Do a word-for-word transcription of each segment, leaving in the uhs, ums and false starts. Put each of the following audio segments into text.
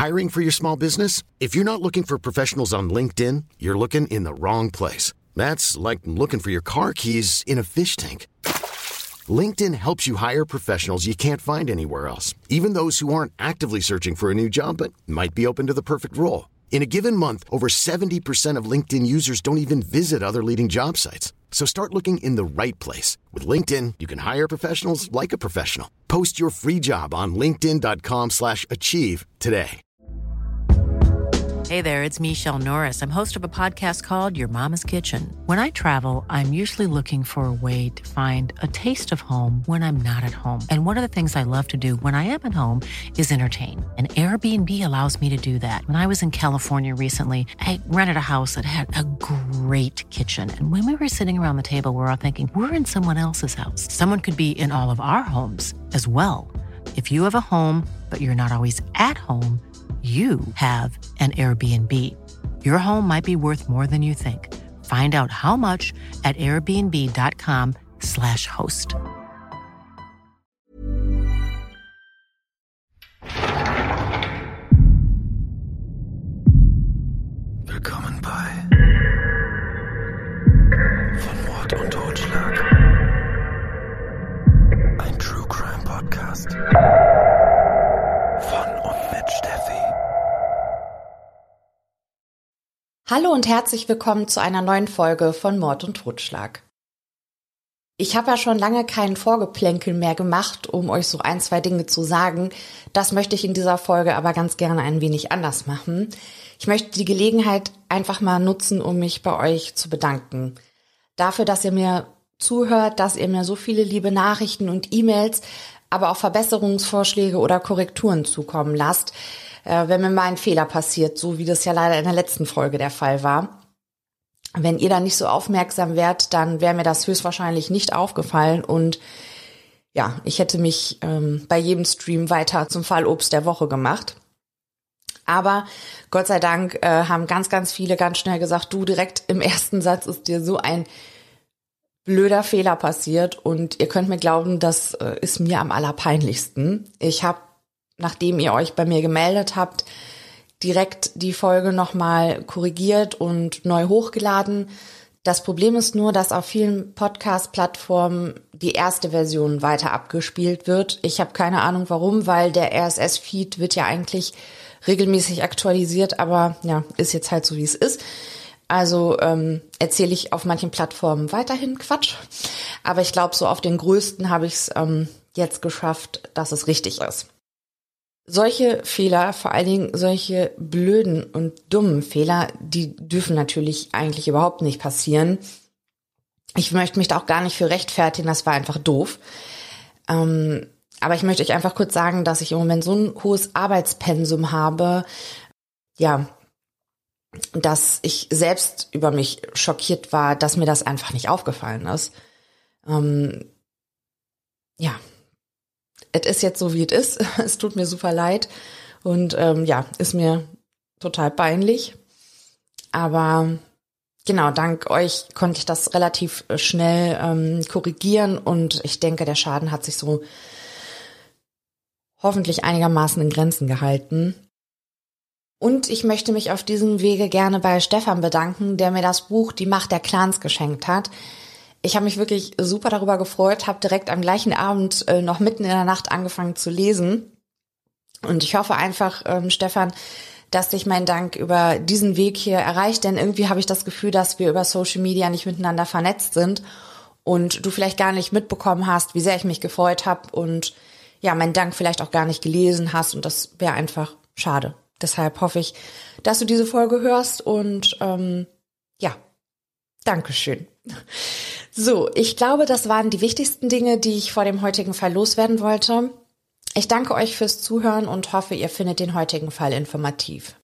Hiring for your small business? If you're not looking for professionals on LinkedIn, you're looking in the wrong place. That's like looking for your car keys in a fish tank. LinkedIn helps you hire professionals you can't find anywhere else, even those who aren't actively searching for a new job but might be open to the perfect role. In a given month, over seventy percent of LinkedIn users don't even visit other leading job sites. So start looking in the right place. With LinkedIn, you can hire professionals like a professional. Post your free job on linkedin dot com slash achieve today. Hey there, it's Michelle Norris. I'm host of a podcast called Your Mama's Kitchen. When I travel, I'm usually looking for a way to find a taste of home when I'm not at home. And one of the things I love to do when I am at home is entertain. And Airbnb allows me to do that. When I was in California recently, I rented a house that had a great kitchen. And when we were sitting around the table, we were all thinking, we're in someone else's house. Someone could be in all of our homes as well. If you have a home, but you're not always at home, you have an Airbnb. Your home might be worth more than you think. Find out how much at airbnb dot com slash host. Willkommen bei Von Mord und Totschlag. Ein True Crime Podcast. Von und mit Steffi. Hallo und herzlich willkommen zu einer neuen Folge von Mord und Totschlag. Ich habe ja schon lange keinen Vorgeplänkel mehr gemacht, um euch so ein, zwei Dinge zu sagen. Das möchte ich in dieser Folge aber ganz gerne ein wenig anders machen. Ich möchte die Gelegenheit einfach mal nutzen, um mich bei euch zu bedanken. Dafür, dass ihr mir zuhört, dass ihr mir so viele liebe Nachrichten und E-Mails, aber auch Verbesserungsvorschläge oder Korrekturen zukommen lasst, äh, wenn mir mal ein Fehler passiert, so wie das ja leider in der letzten Folge der Fall war. Wenn ihr da nicht so aufmerksam wärt, dann wäre mir das höchstwahrscheinlich nicht aufgefallen und ja, ich hätte mich ähm, bei jedem Stream weiter zum Fallobst der Woche gemacht. Aber Gott sei Dank äh, haben ganz, ganz viele ganz schnell gesagt, du, direkt im ersten Satz ist dir so ein blöder Fehler passiert und ihr könnt mir glauben, das äh, ist mir am allerpeinlichsten. Ich habe, nachdem ihr euch bei mir gemeldet habt, direkt die Folge nochmal korrigiert und neu hochgeladen. Das Problem ist nur, dass auf vielen Podcast-Plattformen die erste Version weiter abgespielt wird. Ich habe keine Ahnung warum, weil der R S S-Feed wird ja eigentlich regelmäßig aktualisiert, aber ja, ist jetzt halt so, wie es ist. Also ähm, erzähle ich auf manchen Plattformen weiterhin Quatsch. Aber ich glaube, so auf den größten habe ich es ähm, jetzt geschafft, dass es richtig ist. Solche Fehler, vor allen Dingen solche blöden und dummen Fehler, die dürfen natürlich eigentlich überhaupt nicht passieren. Ich möchte mich da auch gar nicht für rechtfertigen, das war einfach doof. Ähm, aber ich möchte euch einfach kurz sagen, dass ich im Moment so ein hohes Arbeitspensum habe, ja, dass ich selbst über mich schockiert war, dass mir das einfach nicht aufgefallen ist. Ähm, ja, es ist jetzt so, wie es ist. Es tut mir super leid und ähm, ja, ist mir total peinlich. Aber genau, dank euch konnte ich das relativ schnell ähm, korrigieren und ich denke, der Schaden hat sich so hoffentlich einigermaßen in Grenzen gehalten. Und ich möchte mich auf diesem Wege gerne bei Stefan bedanken, der mir das Buch Die Macht der Clans geschenkt hat. Ich habe mich wirklich super darüber gefreut, habe direkt am gleichen Abend äh, noch mitten in der Nacht angefangen zu lesen. Und ich hoffe einfach, ähm, Stefan, dass dich mein Dank über diesen Weg hier erreicht, denn irgendwie habe ich das Gefühl, dass wir über Social Media nicht miteinander vernetzt sind und du vielleicht gar nicht mitbekommen hast, wie sehr ich mich gefreut habe und ja, mein Dank vielleicht auch gar nicht gelesen hast und das wäre einfach schade. Deshalb hoffe ich, dass du diese Folge hörst und ähm, ja, Dankeschön. So, ich glaube, das waren die wichtigsten Dinge, die ich vor dem heutigen Fall loswerden wollte. Ich danke euch fürs Zuhören und hoffe, ihr findet den heutigen Fall informativ.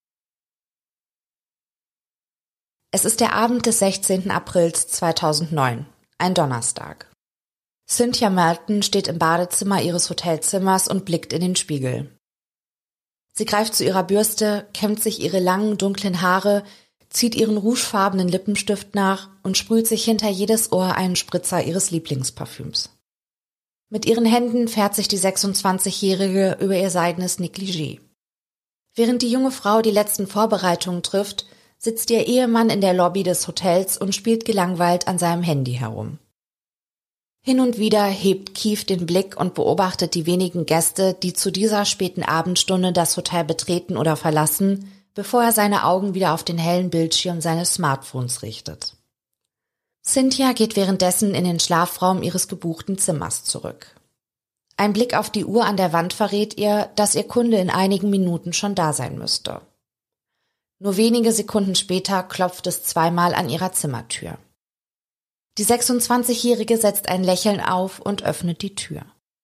Es ist der Abend des sechzehnten April zweitausendneun, ein Donnerstag. Cynthia Melton steht im Badezimmer ihres Hotelzimmers und blickt in den Spiegel. Sie greift zu ihrer Bürste, kämmt sich ihre langen, dunklen Haare, zieht ihren rougefarbenen Lippenstift nach und sprüht sich hinter jedes Ohr einen Spritzer ihres Lieblingsparfüms. Mit ihren Händen fährt sich die sechsundzwanzigjährige über ihr seidenes Negligé. Während die junge Frau die letzten Vorbereitungen trifft, sitzt ihr Ehemann in der Lobby des Hotels und spielt gelangweilt an seinem Handy herum. Hin und wieder hebt Keith den Blick und beobachtet die wenigen Gäste, die zu dieser späten Abendstunde das Hotel betreten oder verlassen, bevor er seine Augen wieder auf den hellen Bildschirm seines Smartphones richtet. Cynthia geht währenddessen in den Schlafraum ihres gebuchten Zimmers zurück. Ein Blick auf die Uhr an der Wand verrät ihr, dass ihr Kunde in einigen Minuten schon da sein müsste. Nur wenige Sekunden später klopft es zweimal an ihrer Zimmertür. Die sechsundzwanzigjährige setzt ein Lächeln auf und öffnet die Tür.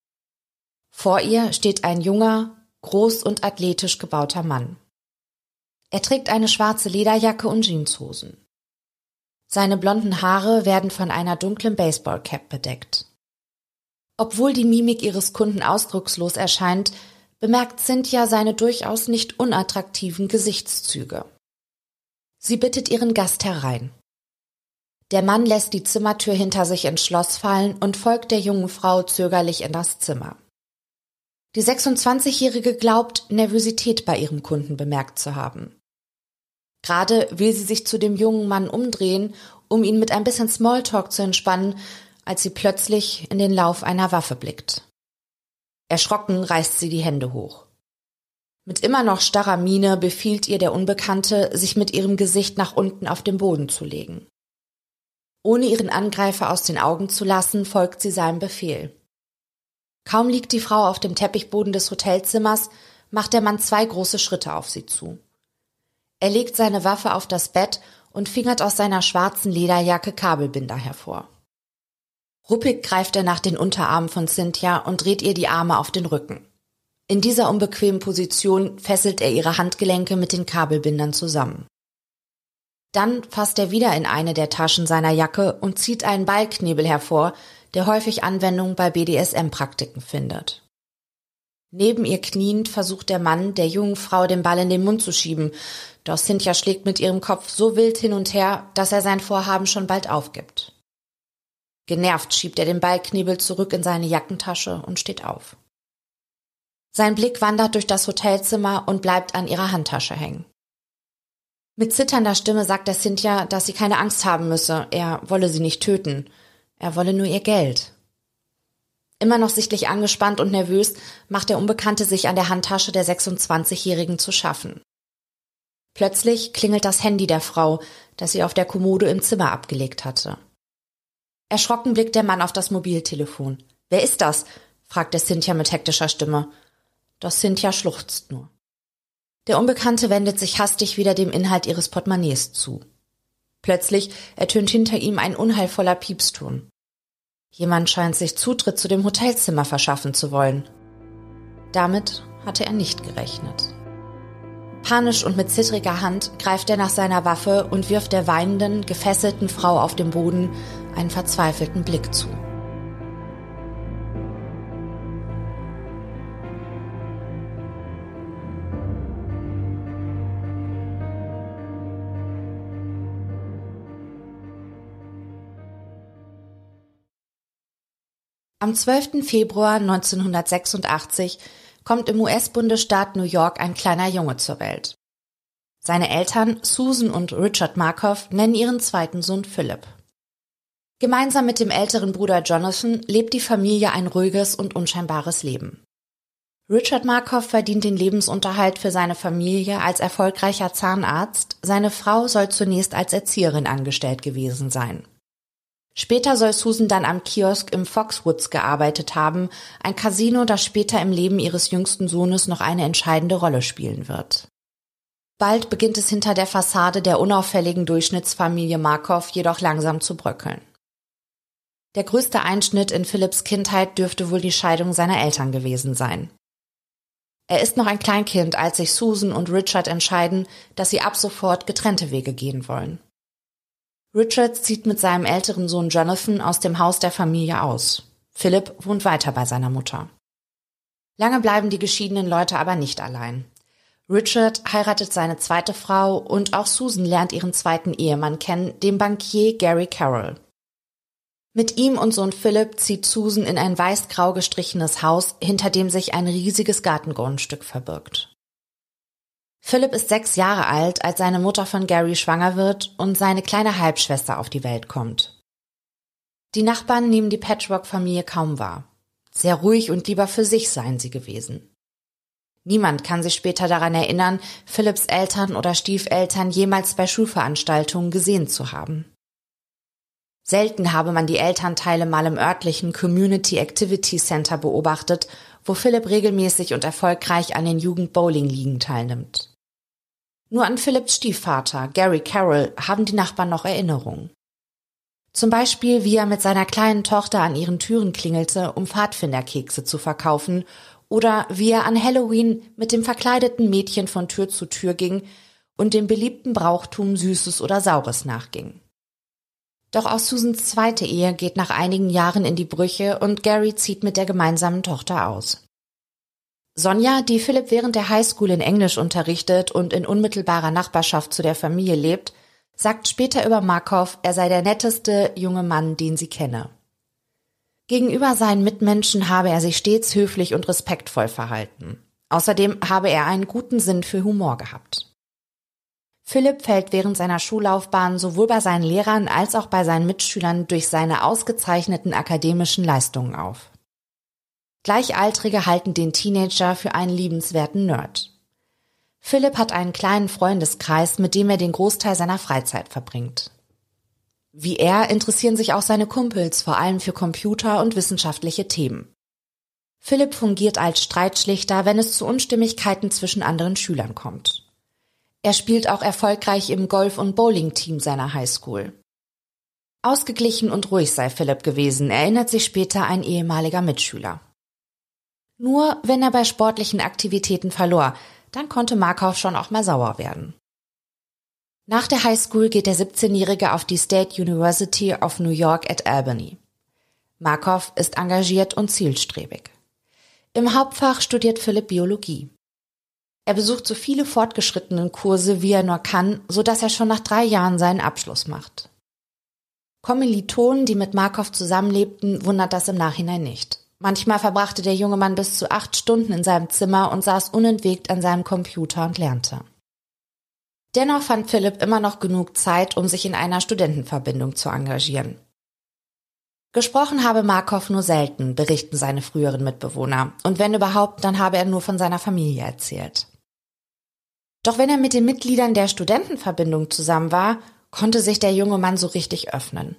Vor ihr steht ein junger, groß und athletisch gebauter Mann. Er trägt eine schwarze Lederjacke und Jeanshosen. Seine blonden Haare werden von einer dunklen Baseballcap bedeckt. Obwohl die Mimik ihres Kunden ausdruckslos erscheint, bemerkt Cynthia seine durchaus nicht unattraktiven Gesichtszüge. Sie bittet ihren Gast herein. Der Mann lässt die Zimmertür hinter sich ins Schloss fallen und folgt der jungen Frau zögerlich in das Zimmer. Die sechsundzwanzigjährige glaubt, Nervosität bei ihrem Kunden bemerkt zu haben. Gerade will sie sich zu dem jungen Mann umdrehen, um ihn mit ein bisschen Smalltalk zu entspannen, als sie plötzlich in den Lauf einer Waffe blickt. Erschrocken reißt sie die Hände hoch. Mit immer noch starrer Miene befiehlt ihr der Unbekannte, sich mit ihrem Gesicht nach unten auf den Boden zu legen. Ohne ihren Angreifer aus den Augen zu lassen, folgt sie seinem Befehl. Kaum liegt die Frau auf dem Teppichboden des Hotelzimmers, macht der Mann zwei große Schritte auf sie zu. Er legt seine Waffe auf das Bett und fingert aus seiner schwarzen Lederjacke Kabelbinder hervor. Ruppig greift er nach den Unterarmen von Cynthia und dreht ihr die Arme auf den Rücken. In dieser unbequemen Position fesselt er ihre Handgelenke mit den Kabelbindern zusammen. Dann fasst er wieder in eine der Taschen seiner Jacke und zieht einen Ballknebel hervor, der häufig Anwendung bei B D S M-Praktiken findet. Neben ihr kniend versucht der Mann, der jungen Frau den Ball in den Mund zu schieben, doch Cynthia schlägt mit ihrem Kopf so wild hin und her, dass er sein Vorhaben schon bald aufgibt. Genervt schiebt er den Ballknebel zurück in seine Jackentasche und steht auf. Sein Blick wandert durch das Hotelzimmer und bleibt an ihrer Handtasche hängen. Mit zitternder Stimme sagt er Cynthia, dass sie keine Angst haben müsse, er wolle sie nicht töten, er wolle nur ihr Geld. Immer noch sichtlich angespannt und nervös macht der Unbekannte sich an der Handtasche der sechsundzwanzigjährigen zu schaffen. Plötzlich klingelt das Handy der Frau, das sie auf der Kommode im Zimmer abgelegt hatte. Erschrocken blickt der Mann auf das Mobiltelefon. »Wer ist das?« fragt er Cynthia mit hektischer Stimme. Doch Cynthia schluchzt nur. Der Unbekannte wendet sich hastig wieder dem Inhalt ihres Portemonnaies zu. Plötzlich ertönt hinter ihm ein unheilvoller Piepston. Jemand scheint sich Zutritt zu dem Hotelzimmer verschaffen zu wollen. Damit hatte er nicht gerechnet. Panisch und mit zittriger Hand greift er nach seiner Waffe und wirft der weinenden, gefesselten Frau auf dem Boden einen verzweifelten Blick zu. Am zwölften Februar neunzehnhundertsechsundachtzig kommt im U S-Bundesstaat New York ein kleiner Junge zur Welt. Seine Eltern, Susan und Richard Markoff, nennen ihren zweiten Sohn Philip. Gemeinsam mit dem älteren Bruder Jonathan lebt die Familie ein ruhiges und unscheinbares Leben. Richard Markoff verdient den Lebensunterhalt für seine Familie als erfolgreicher Zahnarzt, seine Frau soll zunächst als Erzieherin angestellt gewesen sein. Später soll Susan dann am Kiosk im Foxwoods gearbeitet haben, ein Casino, das später im Leben ihres jüngsten Sohnes noch eine entscheidende Rolle spielen wird. Bald beginnt es hinter der Fassade der unauffälligen Durchschnittsfamilie Markoff jedoch langsam zu bröckeln. Der größte Einschnitt in Philips Kindheit dürfte wohl die Scheidung seiner Eltern gewesen sein. Er ist noch ein Kleinkind, als sich Susan und Richard entscheiden, dass sie ab sofort getrennte Wege gehen wollen. Richard zieht mit seinem älteren Sohn Jonathan aus dem Haus der Familie aus. Philip wohnt weiter bei seiner Mutter. Lange bleiben die geschiedenen Leute aber nicht allein. Richard heiratet seine zweite Frau und auch Susan lernt ihren zweiten Ehemann kennen, den Bankier Gary Carroll. Mit ihm und Sohn Philip zieht Susan in ein weiß-grau gestrichenes Haus, hinter dem sich ein riesiges Gartengrundstück verbirgt. Philip ist sechs Jahre alt, als seine Mutter von Gary schwanger wird und seine kleine Halbschwester auf die Welt kommt. Die Nachbarn nehmen die Patchwork-Familie kaum wahr. Sehr ruhig und lieber für sich seien sie gewesen. Niemand kann sich später daran erinnern, Philips Eltern oder Stiefeltern jemals bei Schulveranstaltungen gesehen zu haben. Selten habe man die Elternteile mal im örtlichen Community Activity Center beobachtet, wo Philip regelmäßig und erfolgreich an den Jugend-Bowling-Ligen teilnimmt. Nur an Philips Stiefvater, Gary Carroll, haben die Nachbarn noch Erinnerungen. Zum Beispiel, wie er mit seiner kleinen Tochter an ihren Türen klingelte, um Pfadfinderkekse zu verkaufen, oder wie er an Halloween mit dem verkleideten Mädchen von Tür zu Tür ging und dem beliebten Brauchtum Süßes oder Saures nachging. Doch auch Susans zweite Ehe geht nach einigen Jahren in die Brüche und Gary zieht mit der gemeinsamen Tochter aus. Sonja, die Philip während der Highschool in Englisch unterrichtet und in unmittelbarer Nachbarschaft zu der Familie lebt, sagt später über Markov, er sei der netteste junge Mann, den sie kenne. Gegenüber seinen Mitmenschen habe er sich stets höflich und respektvoll verhalten. Außerdem habe er einen guten Sinn für Humor gehabt. Philip fällt während seiner Schullaufbahn sowohl bei seinen Lehrern als auch bei seinen Mitschülern durch seine ausgezeichneten akademischen Leistungen auf. Gleichaltrige halten den Teenager für einen liebenswerten Nerd. Philip hat einen kleinen Freundeskreis, mit dem er den Großteil seiner Freizeit verbringt. Wie er interessieren sich auch seine Kumpels vor allem für Computer und wissenschaftliche Themen. Philip fungiert als Streitschlichter, wenn es zu Unstimmigkeiten zwischen anderen Schülern kommt. Er spielt auch erfolgreich im Golf- und Bowling-Team seiner Highschool. Ausgeglichen und ruhig sei Philip gewesen, erinnert sich später ein ehemaliger Mitschüler. Nur wenn er bei sportlichen Aktivitäten verlor, dann konnte Markov schon auch mal sauer werden. Nach der Highschool geht der siebzehnjährige auf die State University of New York at Albany. Markov ist engagiert und zielstrebig. Im Hauptfach studiert Philip Biologie. Er besucht so viele fortgeschrittene Kurse, wie er nur kann, so dass er schon nach drei Jahren seinen Abschluss macht. Kommilitonen, die mit Markov zusammenlebten, wundert das im Nachhinein nicht. Manchmal verbrachte der junge Mann bis zu acht Stunden in seinem Zimmer und saß unentwegt an seinem Computer und lernte. Dennoch fand Philip immer noch genug Zeit, um sich in einer Studentenverbindung zu engagieren. Gesprochen habe Markov nur selten, berichten seine früheren Mitbewohner, und wenn überhaupt, dann habe er nur von seiner Familie erzählt. Doch wenn er mit den Mitgliedern der Studentenverbindung zusammen war, konnte sich der junge Mann so richtig öffnen.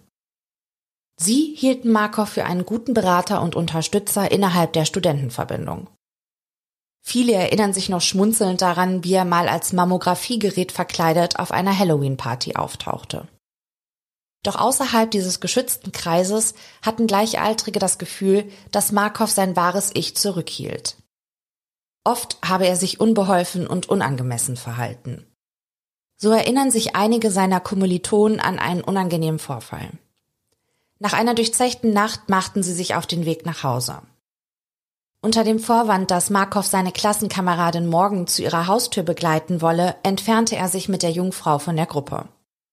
Sie hielten Markov für einen guten Berater und Unterstützer innerhalb der Studentenverbindung. Viele erinnern sich noch schmunzelnd daran, wie er mal als Mammografiegerät verkleidet auf einer Halloween-Party auftauchte. Doch außerhalb dieses geschützten Kreises hatten Gleichaltrige das Gefühl, dass Markov sein wahres Ich zurückhielt. Oft habe er sich unbeholfen und unangemessen verhalten. So erinnern sich einige seiner Kommilitonen an einen unangenehmen Vorfall. Nach einer durchzechten Nacht machten sie sich auf den Weg nach Hause. Unter dem Vorwand, dass Markov seine Klassenkameradin Morgan zu ihrer Haustür begleiten wolle, entfernte er sich mit der Jungfrau von der Gruppe.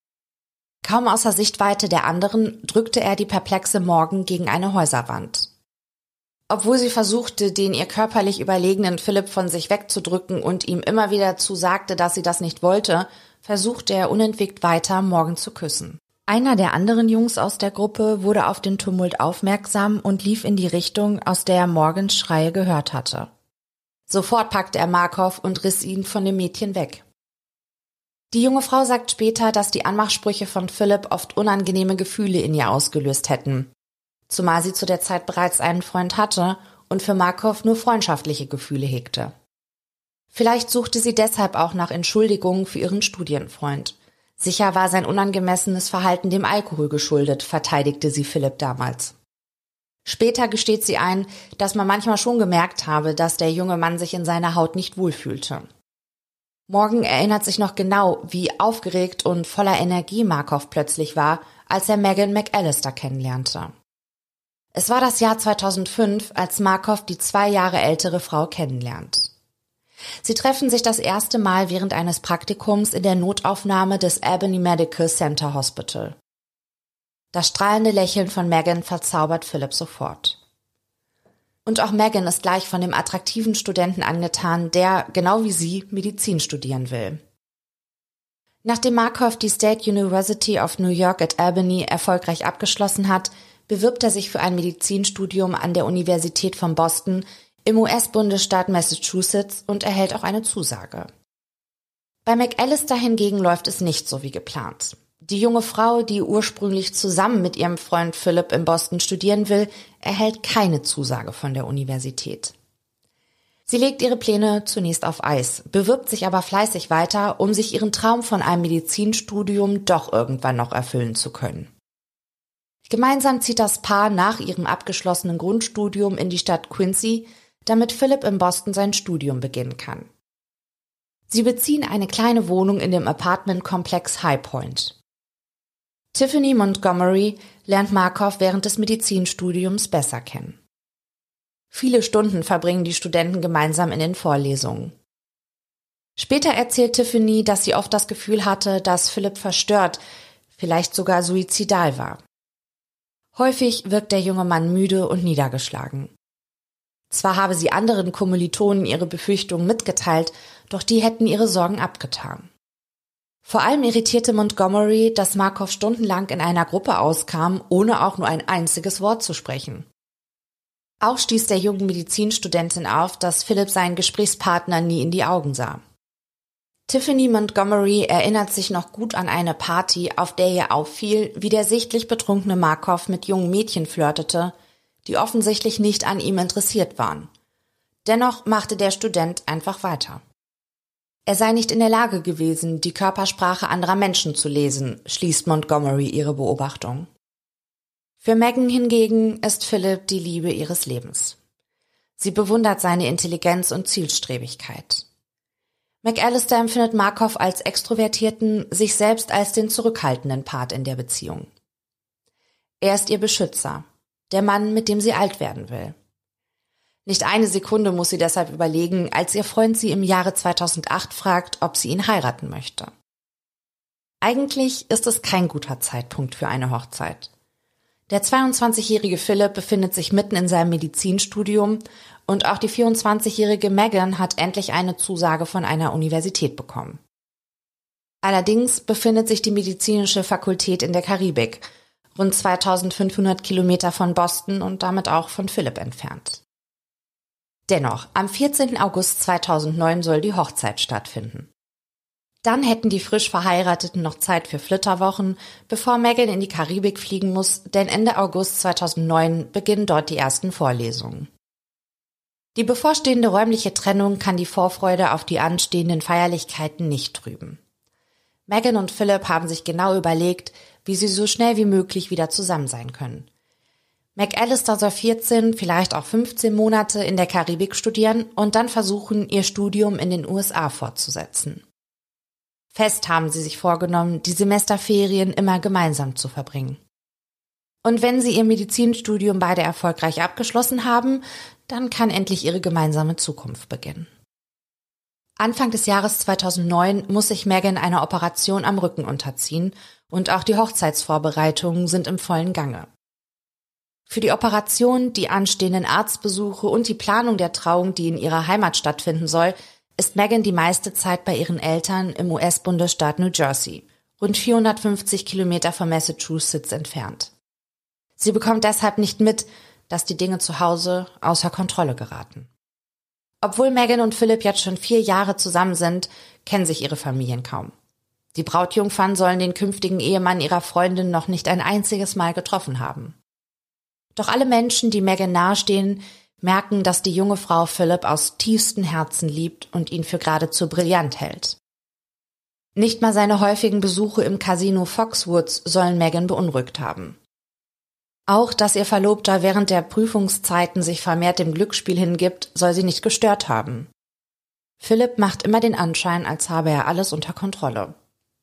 Kaum außer Sichtweite der anderen drückte er die perplexe Morgan gegen eine Häuserwand. Obwohl sie versuchte, den ihr körperlich überlegenen Philip von sich wegzudrücken und ihm immer wieder zusagte, dass sie das nicht wollte, versuchte er unentwegt weiter, Morgan zu küssen. Einer der anderen Jungs aus der Gruppe wurde auf den Tumult aufmerksam und lief in die Richtung, aus der er Morgans Schreie gehört hatte. Sofort packte er Markov und riss ihn von dem Mädchen weg. Die junge Frau sagt später, dass die Anmachsprüche von Philip oft unangenehme Gefühle in ihr ausgelöst hätten, zumal sie zu der Zeit bereits einen Freund hatte und für Markov nur freundschaftliche Gefühle hegte. Vielleicht suchte sie deshalb auch nach Entschuldigungen für ihren Studienfreund. Sicher war sein unangemessenes Verhalten dem Alkohol geschuldet, verteidigte sie Philip damals. Später gesteht sie ein, dass man manchmal schon gemerkt habe, dass der junge Mann sich in seiner Haut nicht wohlfühlte. Morgan erinnert sich noch genau, wie aufgeregt und voller Energie Markov plötzlich war, als er Megan McAllister kennenlernte. Es war das Jahr zweitausendfünf, als Markov die zwei Jahre ältere Frau kennenlernt. Sie treffen sich das erste Mal während eines Praktikums in der Notaufnahme des Albany Medical Center Hospital. Das strahlende Lächeln von Megan verzaubert Philip sofort. Und auch Megan ist gleich von dem attraktiven Studenten angetan, der, genau wie sie, Medizin studieren will. Nachdem Markov die State University of New York at Albany erfolgreich abgeschlossen hat, bewirbt er sich für ein Medizinstudium an der Universität von Boston im U S-Bundesstaat Massachusetts und erhält auch eine Zusage. Bei McAllister hingegen läuft es nicht so wie geplant. Die junge Frau, die ursprünglich zusammen mit ihrem Freund Philip in Boston studieren will, erhält keine Zusage von der Universität. Sie legt ihre Pläne zunächst auf Eis, bewirbt sich aber fleißig weiter, um sich ihren Traum von einem Medizinstudium doch irgendwann noch erfüllen zu können. Gemeinsam zieht das Paar nach ihrem abgeschlossenen Grundstudium in die Stadt Quincy, damit Philip in Boston sein Studium beginnen kann. Sie beziehen eine kleine Wohnung in dem Apartmentkomplex High Point. Tiffany Montgomery lernt Markov während des Medizinstudiums besser kennen. Viele Stunden verbringen die Studenten gemeinsam in den Vorlesungen. Später erzählt Tiffany, dass sie oft das Gefühl hatte, dass Philip verstört, vielleicht sogar suizidal war. Häufig wirkt der junge Mann müde und niedergeschlagen. Zwar habe sie anderen Kommilitonen ihre Befürchtungen mitgeteilt, doch die hätten ihre Sorgen abgetan. Vor allem irritierte Montgomery, dass Markov stundenlang in einer Gruppe auskam, ohne auch nur ein einziges Wort zu sprechen. Auch stieß der jungen Medizinstudentin auf, dass Philip seinen Gesprächspartner nie in die Augen sah. Tiffany Montgomery erinnert sich noch gut an eine Party, auf der ihr auffiel, wie der sichtlich betrunkene Markov mit jungen Mädchen flirtete, die offensichtlich nicht an ihm interessiert waren. Dennoch machte der Student einfach weiter. Er sei nicht in der Lage gewesen, die Körpersprache anderer Menschen zu lesen, schließt Montgomery ihre Beobachtung. Für Megan hingegen ist Philip die Liebe ihres Lebens. Sie bewundert seine Intelligenz und Zielstrebigkeit. McAllister empfindet Markov als extrovertierten, sich selbst als den zurückhaltenden Part in der Beziehung. Er ist ihr Beschützer, der Mann, mit dem sie alt werden will. Nicht eine Sekunde muss sie deshalb überlegen, als ihr Freund sie im Jahre zweitausendacht fragt, ob sie ihn heiraten möchte. Eigentlich ist es kein guter Zeitpunkt für eine Hochzeit. Der zweiundzwanzigjährige Philip befindet sich mitten in seinem Medizinstudium und auch die vierundzwanzigjährige Megan hat endlich eine Zusage von einer Universität bekommen. Allerdings befindet sich die medizinische Fakultät in der Karibik, rund zweitausendfünfhundert Kilometer von Boston und damit auch von Philip entfernt. Dennoch, am vierzehnten August zweitausendneun soll die Hochzeit stattfinden. Dann hätten die frisch Verheirateten noch Zeit für Flitterwochen, bevor Megan in die Karibik fliegen muss, denn Ende August zweitausendneun beginnen dort die ersten Vorlesungen. Die bevorstehende räumliche Trennung kann die Vorfreude auf die anstehenden Feierlichkeiten nicht trüben. Megan und Philip haben sich genau überlegt, wie sie so schnell wie möglich wieder zusammen sein können. McAllister soll vierzehn, vielleicht auch fünfzehn Monate in der Karibik studieren und dann versuchen, ihr Studium in den U S A fortzusetzen. Fest haben sie sich vorgenommen, die Semesterferien immer gemeinsam zu verbringen. Und wenn sie ihr Medizinstudium beide erfolgreich abgeschlossen haben, dann kann endlich ihre gemeinsame Zukunft beginnen. Anfang des Jahres zweitausendneun muss sich Megan einer Operation am Rücken unterziehen und auch die Hochzeitsvorbereitungen sind im vollen Gange. Für die Operation, die anstehenden Arztbesuche und die Planung der Trauung, die in ihrer Heimat stattfinden soll, ist Megan die meiste Zeit bei ihren Eltern im U S-Bundesstaat New Jersey, rund vierhundertfünfzig Kilometer von Massachusetts entfernt. Sie bekommt deshalb nicht mit, dass die Dinge zu Hause außer Kontrolle geraten. Obwohl Megan und Philip jetzt schon vier Jahre zusammen sind, kennen sich ihre Familien kaum. Die Brautjungfern sollen den künftigen Ehemann ihrer Freundin noch nicht ein einziges Mal getroffen haben. Doch alle Menschen, die Megan nahestehen, merken, dass die junge Frau Philip aus tiefstem Herzen liebt und ihn für geradezu brillant hält. Nicht mal seine häufigen Besuche im Casino Foxwoods sollen Megan beunruhigt haben. Auch, dass ihr Verlobter während der Prüfungszeiten sich vermehrt dem Glücksspiel hingibt, soll sie nicht gestört haben. Philip macht immer den Anschein, als habe er alles unter Kontrolle.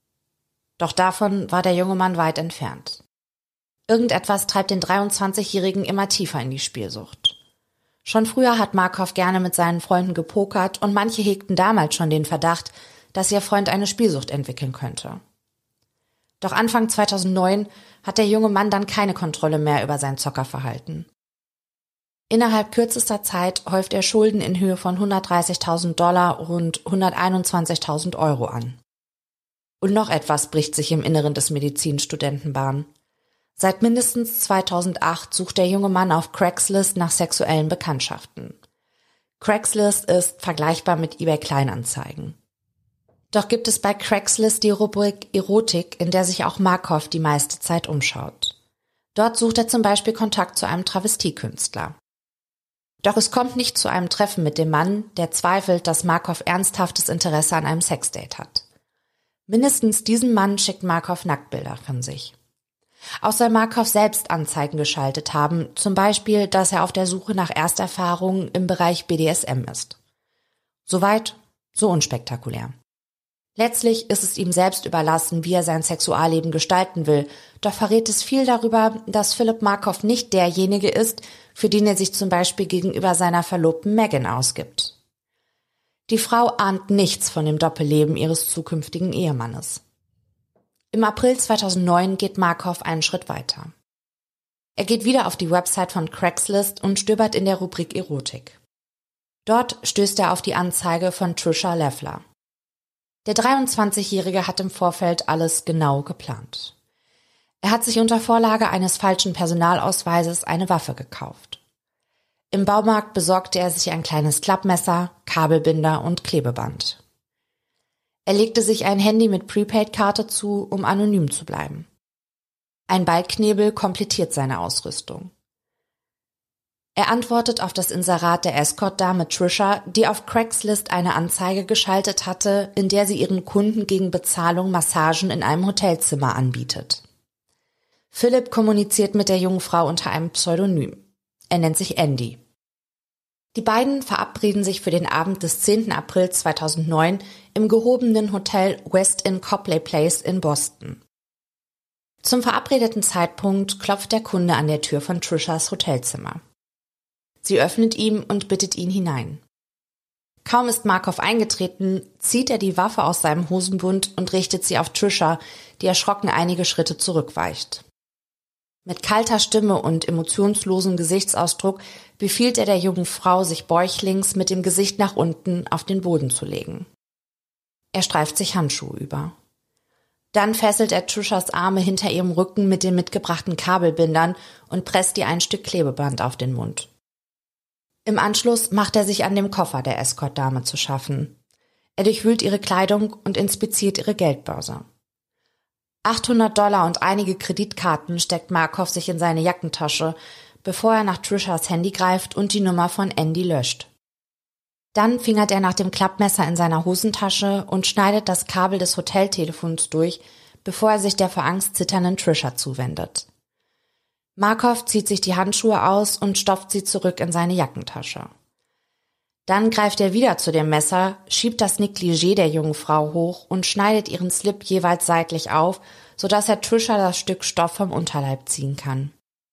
Doch davon war der junge Mann weit entfernt. Irgendetwas treibt den dreiundzwanzigjährigen immer tiefer in die Spielsucht. Schon früher hat Markov gerne mit seinen Freunden gepokert und manche hegten damals schon den Verdacht, dass ihr Freund eine Spielsucht entwickeln könnte. Doch Anfang zweitausendneun hat der junge Mann dann keine Kontrolle mehr über sein Zockerverhalten. Innerhalb kürzester Zeit häuft er Schulden in Höhe von hundertdreißigtausend Dollar, rund hunderteinundzwanzigtausend Euro an. Und noch etwas bricht sich im Inneren des Medizinstudenten Bahn. Seit mindestens zweitausendacht sucht der junge Mann auf Craigslist nach sexuellen Bekanntschaften. Craigslist ist vergleichbar mit eBay Kleinanzeigen. Doch gibt es bei Craigslist die Rubrik Erotik, in der sich auch Markov die meiste Zeit umschaut. Dort sucht er zum Beispiel Kontakt zu einem Travestiekünstler. Doch es kommt nicht zu einem Treffen mit dem Mann, der zweifelt, dass Markov ernsthaftes Interesse an einem Sexdate hat. Mindestens diesem Mann schickt Markov Nacktbilder von sich. Auch soll Markov selbst Anzeigen geschaltet haben, zum Beispiel, dass er auf der Suche nach Ersterfahrungen im Bereich B D S M ist. Soweit, so unspektakulär. Letztlich ist es ihm selbst überlassen, wie er sein Sexualleben gestalten will, doch verrät es viel darüber, dass Philip Markov nicht derjenige ist, für den er sich zum Beispiel gegenüber seiner Verlobten Megan ausgibt. Die Frau ahnt nichts von dem Doppelleben ihres zukünftigen Ehemannes. Im April zweitausendneun geht Markov einen Schritt weiter. Er geht wieder auf die Website von Craigslist und stöbert in der Rubrik Erotik. Dort stößt er auf die Anzeige von Trisha Leffler. Der dreiundzwanzigjährige hat im Vorfeld alles genau geplant. Er hat sich unter Vorlage eines falschen Personalausweises eine Waffe gekauft. Im Baumarkt besorgte er sich ein kleines Klappmesser, Kabelbinder und Klebeband. Er legte sich ein Handy mit Prepaid-Karte zu, um anonym zu bleiben. Ein Ballknebel komplettiert seine Ausrüstung. Er antwortet auf das Inserat der Escort-Dame Trisha, die auf Craigslist eine Anzeige geschaltet hatte, in der sie ihren Kunden gegen Bezahlung Massagen in einem Hotelzimmer anbietet. Philipp kommuniziert mit der jungen Frau unter einem Pseudonym. Er nennt sich Andy. Die beiden verabreden sich für den Abend des zehnten April zweitausendneun im gehobenen Hotel West Inn Copley Place in Boston. Zum verabredeten Zeitpunkt klopft der Kunde an der Tür von Trishas Hotelzimmer. Sie öffnet ihm und bittet ihn hinein. Kaum ist Markov eingetreten, zieht er die Waffe aus seinem Hosenbund und richtet sie auf Trisha, die erschrocken einige Schritte zurückweicht. Mit kalter Stimme und emotionslosem Gesichtsausdruck befiehlt er der jungen Frau, sich bäuchlings mit dem Gesicht nach unten auf den Boden zu legen. Er streift sich Handschuhe über. Dann fesselt er Trishas Arme hinter ihrem Rücken mit den mitgebrachten Kabelbindern und presst ihr ein Stück Klebeband auf den Mund. Im Anschluss macht er sich an dem Koffer der Escort-Dame zu schaffen. Er durchwühlt ihre Kleidung und inspiziert ihre Geldbörse. achthundert Dollar und einige Kreditkarten steckt Markov sich in seine Jackentasche, bevor er nach Trishas Handy greift und die Nummer von Andy löscht. Dann fingert er nach dem Klappmesser in seiner Hosentasche und schneidet das Kabel des Hoteltelefons durch, bevor er sich der vor Angst zitternden Trisha zuwendet. Markov zieht sich die Handschuhe aus und stopft sie zurück in seine Jackentasche. Dann greift er wieder zu dem Messer, schiebt das Negligé der jungen Frau hoch und schneidet ihren Slip jeweils seitlich auf, sodass er Trisha das Stück Stoff vom Unterleib ziehen kann.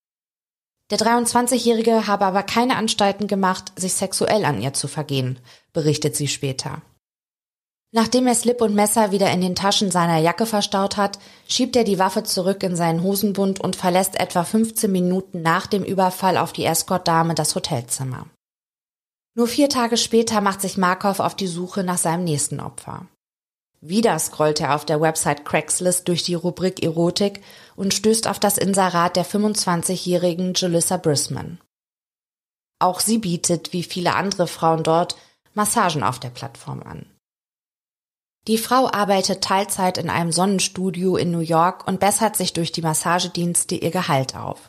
Der dreiundzwanzigjährige habe aber keine Anstalten gemacht, sich sexuell an ihr zu vergehen, berichtet sie später. Nachdem er Slip und Messer wieder in den Taschen seiner Jacke verstaut hat, schiebt er die Waffe zurück in seinen Hosenbund und verlässt etwa fünfzehn Minuten nach dem Überfall auf die Escort-Dame das Hotelzimmer. Nur vier Tage später macht sich Markov auf die Suche nach seinem nächsten Opfer. Wieder scrollt er auf der Website Craigslist durch die Rubrik Erotik und stößt auf das Inserat der fünfundzwanzigjährigen Julissa Brisman. Auch sie bietet, wie viele andere Frauen dort, Massagen auf der Plattform an. Die Frau arbeitet Teilzeit in einem Sonnenstudio in New York und bessert sich durch die Massagedienste ihr Gehalt auf.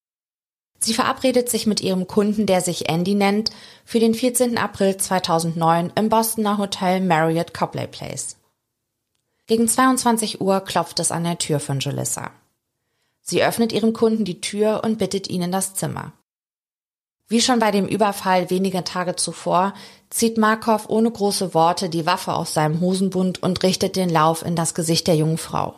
Sie verabredet sich mit ihrem Kunden, der sich Andy nennt, für den vierzehnten April zweitausendneun im Bostoner Hotel Marriott Copley Place. Gegen zweiundzwanzig Uhr klopft es an der Tür von Julissa. Sie öffnet ihrem Kunden die Tür und bittet ihn in das Zimmer. Wie schon bei dem Überfall wenige Tage zuvor, zieht Markov ohne große Worte die Waffe aus seinem Hosenbund und richtet den Lauf in das Gesicht der jungen Frau.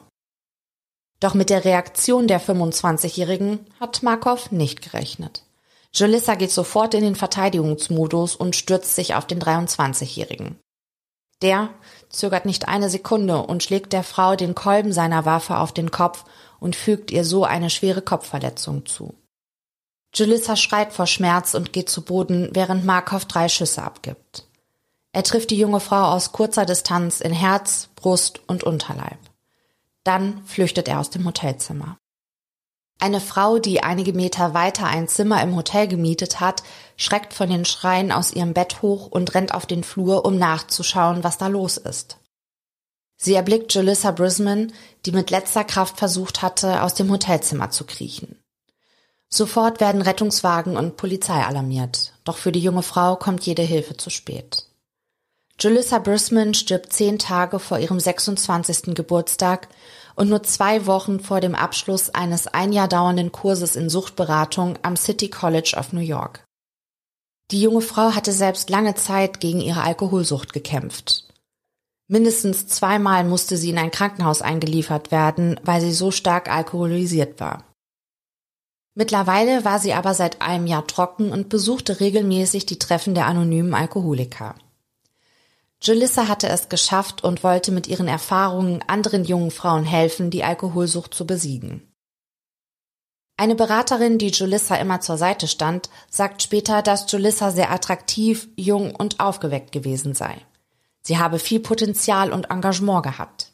Doch mit der Reaktion der fünfundzwanzigjährigen hat Markov nicht gerechnet. Julissa geht sofort in den Verteidigungsmodus und stürzt sich auf den dreiundzwanzigjährigen. Der zögert nicht eine Sekunde und schlägt der Frau den Kolben seiner Waffe auf den Kopf und fügt ihr so eine schwere Kopfverletzung zu. Julissa schreit vor Schmerz und geht zu Boden, während Markov drei Schüsse abgibt. Er trifft die junge Frau aus kurzer Distanz in Herz, Brust und Unterleib. Dann flüchtet er aus dem Hotelzimmer. Eine Frau, die einige Meter weiter ein Zimmer im Hotel gemietet hat, schreckt von den Schreien aus ihrem Bett hoch und rennt auf den Flur, um nachzuschauen, was da los ist. Sie erblickt Julissa Brisman, die mit letzter Kraft versucht hatte, aus dem Hotelzimmer zu kriechen. Sofort werden Rettungswagen und Polizei alarmiert, doch für die junge Frau kommt jede Hilfe zu spät. Julissa Brisman stirbt zehn Tage vor ihrem sechsundzwanzigsten Geburtstag und nur zwei Wochen vor dem Abschluss eines ein Jahr dauernden Kurses in Suchtberatung am City College of New York. Die junge Frau hatte selbst lange Zeit gegen ihre Alkoholsucht gekämpft. Mindestens zweimal musste sie in ein Krankenhaus eingeliefert werden, weil sie so stark alkoholisiert war. Mittlerweile war sie aber seit einem Jahr trocken und besuchte regelmäßig die Treffen der anonymen Alkoholiker. Julissa hatte es geschafft und wollte mit ihren Erfahrungen anderen jungen Frauen helfen, die Alkoholsucht zu besiegen. Eine Beraterin, die Julissa immer zur Seite stand, sagt später, dass Julissa sehr attraktiv, jung und aufgeweckt gewesen sei. Sie habe viel Potenzial und Engagement gehabt.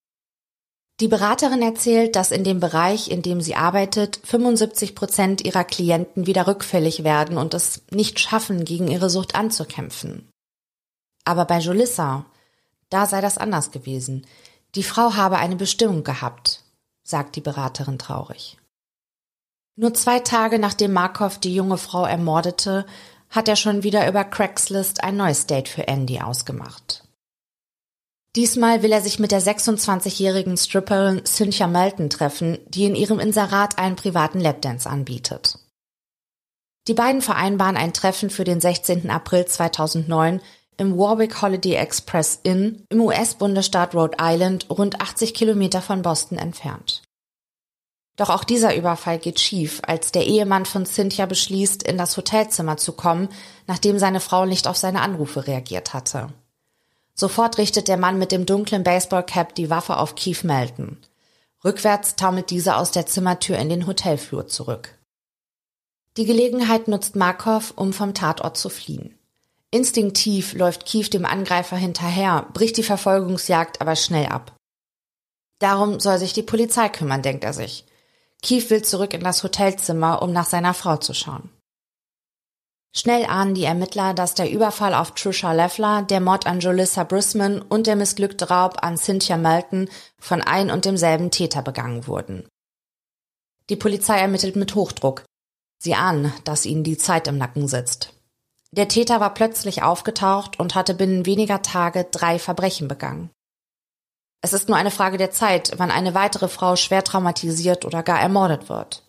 Die Beraterin erzählt, dass in dem Bereich, in dem sie arbeitet, fünfundsiebzig Prozent ihrer Klienten wieder rückfällig werden und es nicht schaffen, gegen ihre Sucht anzukämpfen. Aber bei Julissa, da sei das anders gewesen. Die Frau habe eine Bestimmung gehabt, sagt die Beraterin traurig. Nur zwei Tage nachdem Markov die junge Frau ermordete, hat er schon wieder über Craigslist ein neues Date für Andy ausgemacht. Diesmal will er sich mit der sechsundzwanzigjährigen Stripperin Cynthia Melton treffen, die in ihrem Inserat einen privaten Lapdance anbietet. Die beiden vereinbaren ein Treffen für den sechzehnten April zweitausendneun im Warwick Holiday Express Inn im U S-Bundesstaat Rhode Island, rund achtzig Kilometer von Boston entfernt. Doch auch dieser Überfall geht schief, als der Ehemann von Cynthia beschließt, in das Hotelzimmer zu kommen, nachdem seine Frau nicht auf seine Anrufe reagiert hatte. Sofort richtet der Mann mit dem dunklen Baseballcap die Waffe auf Keith Melton. Rückwärts taumelt dieser aus der Zimmertür in den Hotelflur zurück. Die Gelegenheit nutzt Markov, um vom Tatort zu fliehen. Instinktiv läuft Keith dem Angreifer hinterher, bricht die Verfolgungsjagd aber schnell ab. Darum soll sich die Polizei kümmern, denkt er sich. Keith will zurück in das Hotelzimmer, um nach seiner Frau zu schauen. Schnell ahnen die Ermittler, dass der Überfall auf Trisha Leffler, der Mord an Julissa Brisman und der missglückte Raub an Cynthia Melton von ein und demselben Täter begangen wurden. Die Polizei ermittelt mit Hochdruck. Sie ahnen, dass ihnen die Zeit im Nacken sitzt. Der Täter war plötzlich aufgetaucht und hatte binnen weniger Tage drei Verbrechen begangen. Es ist nur eine Frage der Zeit, wann eine weitere Frau schwer traumatisiert oder gar ermordet wird.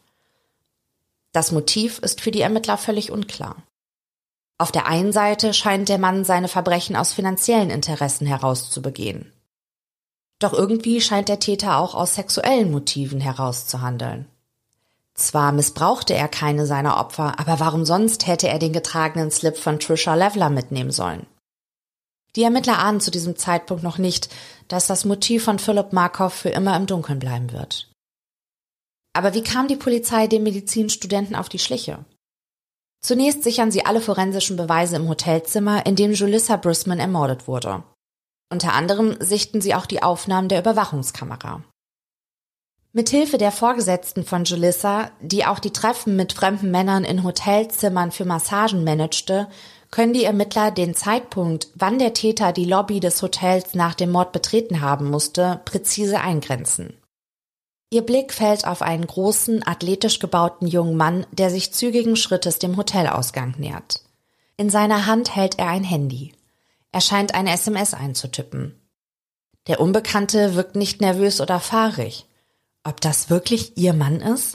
Das Motiv ist für die Ermittler völlig unklar. Auf der einen Seite scheint der Mann seine Verbrechen aus finanziellen Interessen heraus zu begehen. Doch irgendwie scheint der Täter auch aus sexuellen Motiven heraus zu handeln. Zwar missbrauchte er keine seiner Opfer, aber warum sonst hätte er den getragenen Slip von Trisha Leffler mitnehmen sollen? Die Ermittler ahnen zu diesem Zeitpunkt noch nicht, dass das Motiv von Philip Markov für immer im Dunkeln bleiben wird. Aber wie kam die Polizei dem Medizinstudenten auf die Schliche? Zunächst sichern sie alle forensischen Beweise im Hotelzimmer, in dem Julissa Brisman ermordet wurde. Unter anderem sichten sie auch die Aufnahmen der Überwachungskamera. Mithilfe der Vorgesetzten von Julissa, die auch die Treffen mit fremden Männern in Hotelzimmern für Massagen managte, können die Ermittler den Zeitpunkt, wann der Täter die Lobby des Hotels nach dem Mord betreten haben musste, präzise eingrenzen. Ihr Blick fällt auf einen großen, athletisch gebauten jungen Mann, der sich zügigen Schrittes dem Hotelausgang nähert. In seiner Hand hält er ein Handy. Er scheint eine S M S einzutippen. Der Unbekannte wirkt nicht nervös oder fahrig. Ob das wirklich ihr Mann ist?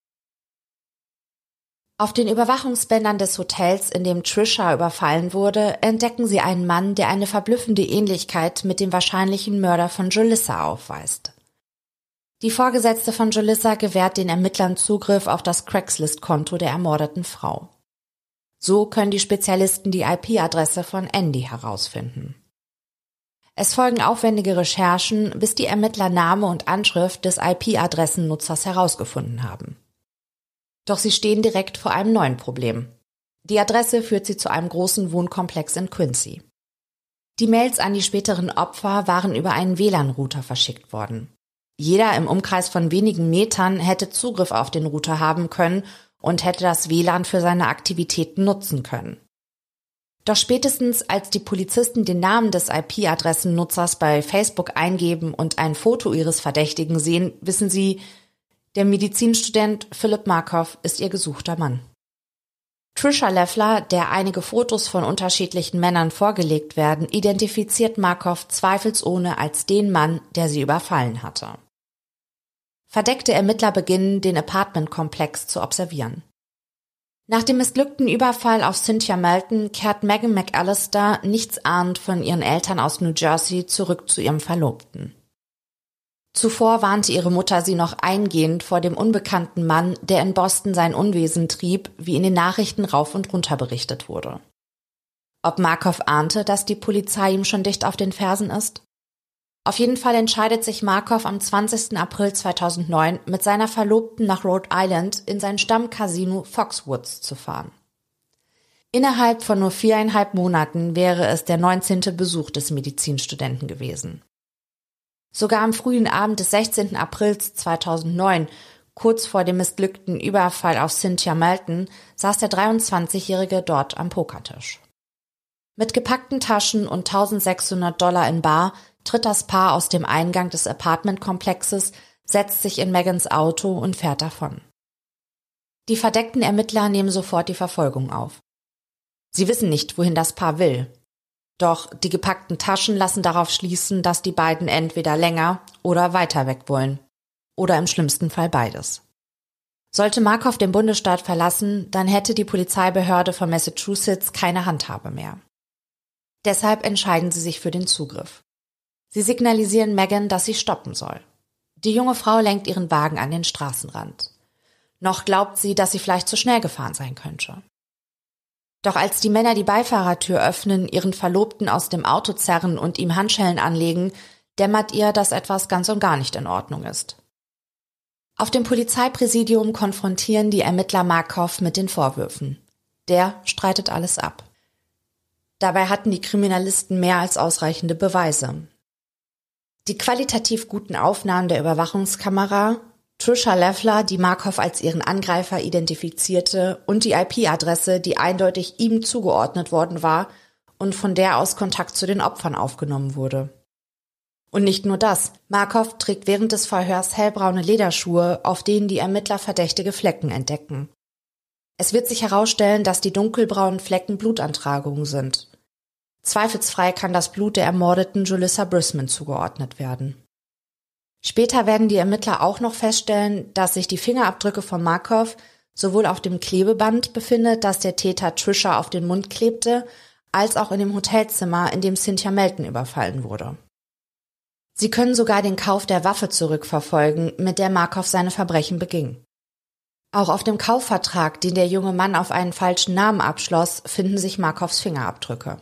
Auf den Überwachungsbändern des Hotels, in dem Trisha überfallen wurde, entdecken sie einen Mann, der eine verblüffende Ähnlichkeit mit dem wahrscheinlichen Mörder von Julissa aufweist. Die Vorgesetzte von Julissa gewährt den Ermittlern Zugriff auf das Craigslist-Konto der ermordeten Frau. So können die Spezialisten die I P-Adresse von Andy herausfinden. Es folgen aufwendige Recherchen, bis die Ermittler Name und Anschrift des I P-Adressennutzers herausgefunden haben. Doch sie stehen direkt vor einem neuen Problem. Die Adresse führt sie zu einem großen Wohnkomplex in Quincy. Die Mails an die späteren Opfer waren über einen W L A N-Router verschickt worden. Jeder im Umkreis von wenigen Metern hätte Zugriff auf den Router haben können und hätte das W L A N für seine Aktivitäten nutzen können. Doch spätestens als die Polizisten den Namen des I P-Adressennutzers bei Facebook eingeben und ein Foto ihres Verdächtigen sehen, wissen sie, der Medizinstudent Philip Markoff ist ihr gesuchter Mann. Trisha Leffler, der einige Fotos von unterschiedlichen Männern vorgelegt werden, identifiziert Markoff zweifelsohne als den Mann, der sie überfallen hatte. Verdeckte Ermittler beginnen, den Apartmentkomplex zu observieren. Nach dem missglückten Überfall auf Cynthia Melton kehrt Megan McAllister nichtsahnend von ihren Eltern aus New Jersey zurück zu ihrem Verlobten. Zuvor warnte ihre Mutter sie noch eingehend vor dem unbekannten Mann, der in Boston sein Unwesen trieb, wie in den Nachrichten rauf und runter berichtet wurde. Ob Markoff ahnte, dass die Polizei ihm schon dicht auf den Fersen ist? Auf jeden Fall entscheidet sich Markoff am zwanzigsten April zweitausendneun mit seiner Verlobten nach Rhode Island in sein Stammcasino Foxwoods zu fahren. Innerhalb von nur viereinhalb Monaten wäre es der neunzehnte Besuch des Medizinstudenten gewesen. Sogar am frühen Abend des sechzehnten April zweitausendneun, kurz vor dem missglückten Überfall auf Cynthia Melton, saß der dreiundzwanzigjährige dort am Pokertisch. Mit gepackten Taschen und eintausendsechshundert Dollar in bar tritt das Paar aus dem Eingang des Apartmentkomplexes, setzt sich in Megans Auto und fährt davon. Die verdeckten Ermittler nehmen sofort die Verfolgung auf. Sie wissen nicht, wohin das Paar will. Doch die gepackten Taschen lassen darauf schließen, dass die beiden entweder länger oder weiter weg wollen. Oder im schlimmsten Fall beides. Sollte Markoff den Bundesstaat verlassen, dann hätte die Polizeibehörde von Massachusetts keine Handhabe mehr. Deshalb entscheiden sie sich für den Zugriff. Sie signalisieren Megan, dass sie stoppen soll. Die junge Frau lenkt ihren Wagen an den Straßenrand. Noch glaubt sie, dass sie vielleicht zu schnell gefahren sein könnte. Doch als die Männer die Beifahrertür öffnen, ihren Verlobten aus dem Auto zerren und ihm Handschellen anlegen, dämmert ihr, dass etwas ganz und gar nicht in Ordnung ist. Auf dem Polizeipräsidium konfrontieren die Ermittler Markoff mit den Vorwürfen. Der streitet alles ab. Dabei hatten die Kriminalisten mehr als ausreichende Beweise. Die qualitativ guten Aufnahmen der Überwachungskamera, Trisha Leffler, die Markoff als ihren Angreifer identifizierte, und die I P-Adresse, die eindeutig ihm zugeordnet worden war und von der aus Kontakt zu den Opfern aufgenommen wurde. Und nicht nur das, Markoff trägt während des Verhörs hellbraune Lederschuhe, auf denen die Ermittler verdächtige Flecken entdecken. Es wird sich herausstellen, dass die dunkelbraunen Flecken Blutantragungen sind. Zweifelsfrei kann das Blut der ermordeten Julissa Brisman zugeordnet werden. Später werden die Ermittler auch noch feststellen, dass sich die Fingerabdrücke von Markoff sowohl auf dem Klebeband befindet, das der Täter Trisha auf den Mund klebte, als auch in dem Hotelzimmer, in dem Cynthia Melton überfallen wurde. Sie können sogar den Kauf der Waffe zurückverfolgen, mit der Markoff seine Verbrechen beging. Auch auf dem Kaufvertrag, den der junge Mann auf einen falschen Namen abschloss, finden sich Markoffs Fingerabdrücke.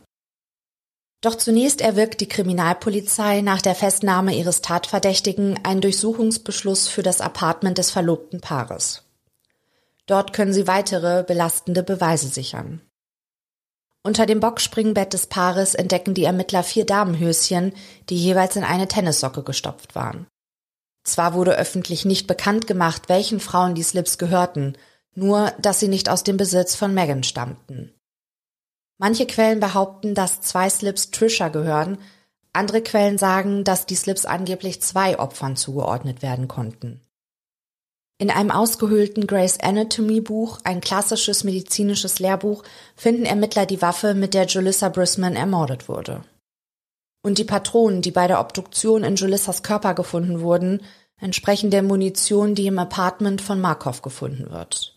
Doch zunächst erwirkt die Kriminalpolizei nach der Festnahme ihres Tatverdächtigen einen Durchsuchungsbeschluss für das Apartment des verlobten Paares. Dort können sie weitere belastende Beweise sichern. Unter dem Boxspringbett des Paares entdecken die Ermittler vier Damenhöschen, die jeweils in eine Tennissocke gestopft waren. Zwar wurde öffentlich nicht bekannt gemacht, welchen Frauen die Slips gehörten, nur dass sie nicht aus dem Besitz von Megan stammten. Manche Quellen behaupten, dass zwei Slips Trisha gehören, andere Quellen sagen, dass die Slips angeblich zwei Opfern zugeordnet werden konnten. In einem ausgehöhlten Grey's Anatomy Buch, ein klassisches medizinisches Lehrbuch, finden Ermittler die Waffe, mit der Julissa Brisman ermordet wurde. Und die Patronen, die bei der Obduktion in Julissas Körper gefunden wurden, entsprechen der Munition, die im Apartment von Markoff gefunden wird.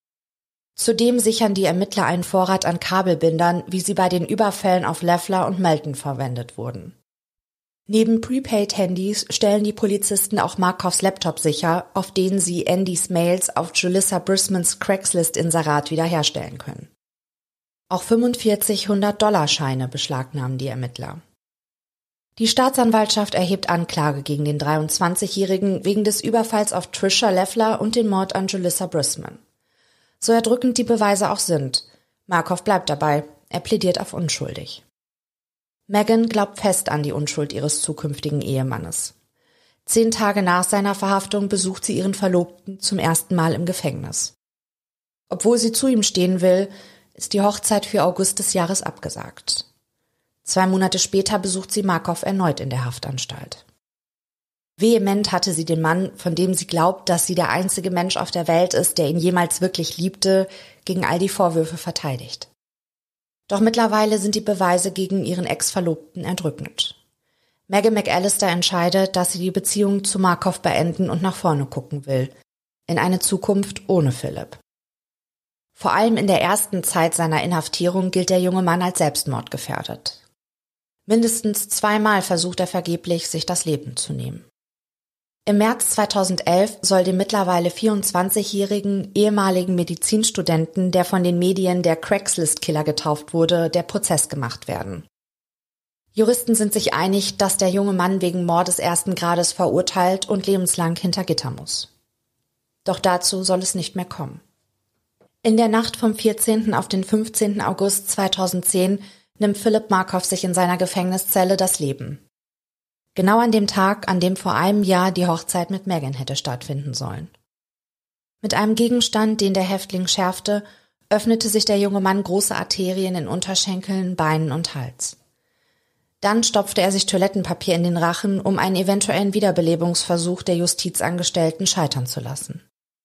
Zudem sichern die Ermittler einen Vorrat an Kabelbindern, wie sie bei den Überfällen auf Leffler und Melton verwendet wurden. Neben Prepaid-Handys stellen die Polizisten auch Markoffs Laptop sicher, auf denen sie Andys Mails auf Julissa Brismans Craigslist-Inserat wiederherstellen können. Auch fünfundvierzig hundert-Dollar-Scheine beschlagnahmen die Ermittler. Die Staatsanwaltschaft erhebt Anklage gegen den dreiundzwanzigjährigen wegen des Überfalls auf Trisha Leffler und den Mord an Julissa Brisman. So erdrückend die Beweise auch sind. Markov bleibt dabei, er plädiert auf unschuldig. Megan glaubt fest an die Unschuld ihres zukünftigen Ehemannes. Zehn Tage nach seiner Verhaftung besucht sie ihren Verlobten zum ersten Mal im Gefängnis. Obwohl sie zu ihm stehen will, ist die Hochzeit für August des Jahres abgesagt. Zwei Monate später besucht sie Markov erneut in der Haftanstalt. Vehement hatte sie den Mann, von dem sie glaubt, dass sie der einzige Mensch auf der Welt ist, der ihn jemals wirklich liebte, gegen all die Vorwürfe verteidigt. Doch mittlerweile sind die Beweise gegen ihren Ex-Verlobten erdrückend. Megan McAllister entscheidet, dass sie die Beziehung zu Markov beenden und nach vorne gucken will, in eine Zukunft ohne Philipp. Vor allem in der ersten Zeit seiner Inhaftierung gilt der junge Mann als selbstmordgefährdet. Mindestens zweimal versucht er vergeblich, sich das Leben zu nehmen. Im März zweitausendelf soll dem mittlerweile vierundzwanzigjährigen ehemaligen Medizinstudenten, der von den Medien der Craigslist-Killer getauft wurde, der Prozess gemacht werden. Juristen sind sich einig, dass der junge Mann wegen Mordes ersten Grades verurteilt und lebenslang hinter Gitter muss. Doch dazu soll es nicht mehr kommen. In der Nacht vom vierzehnten auf den fünfzehnten August zweitausendzehn nimmt Philipp Markov sich in seiner Gefängniszelle das Leben. Genau an dem Tag, an dem vor einem Jahr die Hochzeit mit Megan hätte stattfinden sollen. Mit einem Gegenstand, den der Häftling schärfte, öffnete sich der junge Mann große Arterien in Unterschenkeln, Beinen und Hals. Dann stopfte er sich Toilettenpapier in den Rachen, um einen eventuellen Wiederbelebungsversuch der Justizangestellten scheitern zu lassen.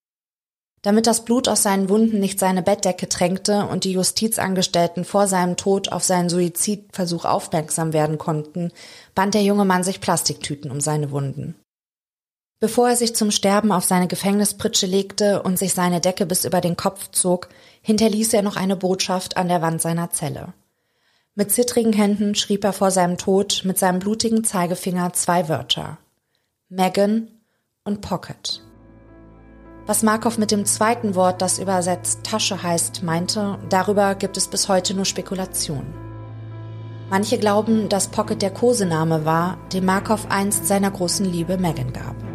Damit das Blut aus seinen Wunden nicht seine Bettdecke tränkte und die Justizangestellten vor seinem Tod auf seinen Suizidversuch aufmerksam werden konnten, band der junge Mann sich Plastiktüten um seine Wunden. Bevor er sich zum Sterben auf seine Gefängnispritsche legte und sich seine Decke bis über den Kopf zog, hinterließ er noch eine Botschaft an der Wand seiner Zelle. Mit zittrigen Händen schrieb er vor seinem Tod mit seinem blutigen Zeigefinger zwei Wörter: Megan und Pocket. Was Markov mit dem zweiten Wort, das übersetzt Tasche heißt, meinte, darüber gibt es bis heute nur Spekulationen. Manche glauben, dass Pocket der Kosename war, den Markov einst seiner großen Liebe Megan gab.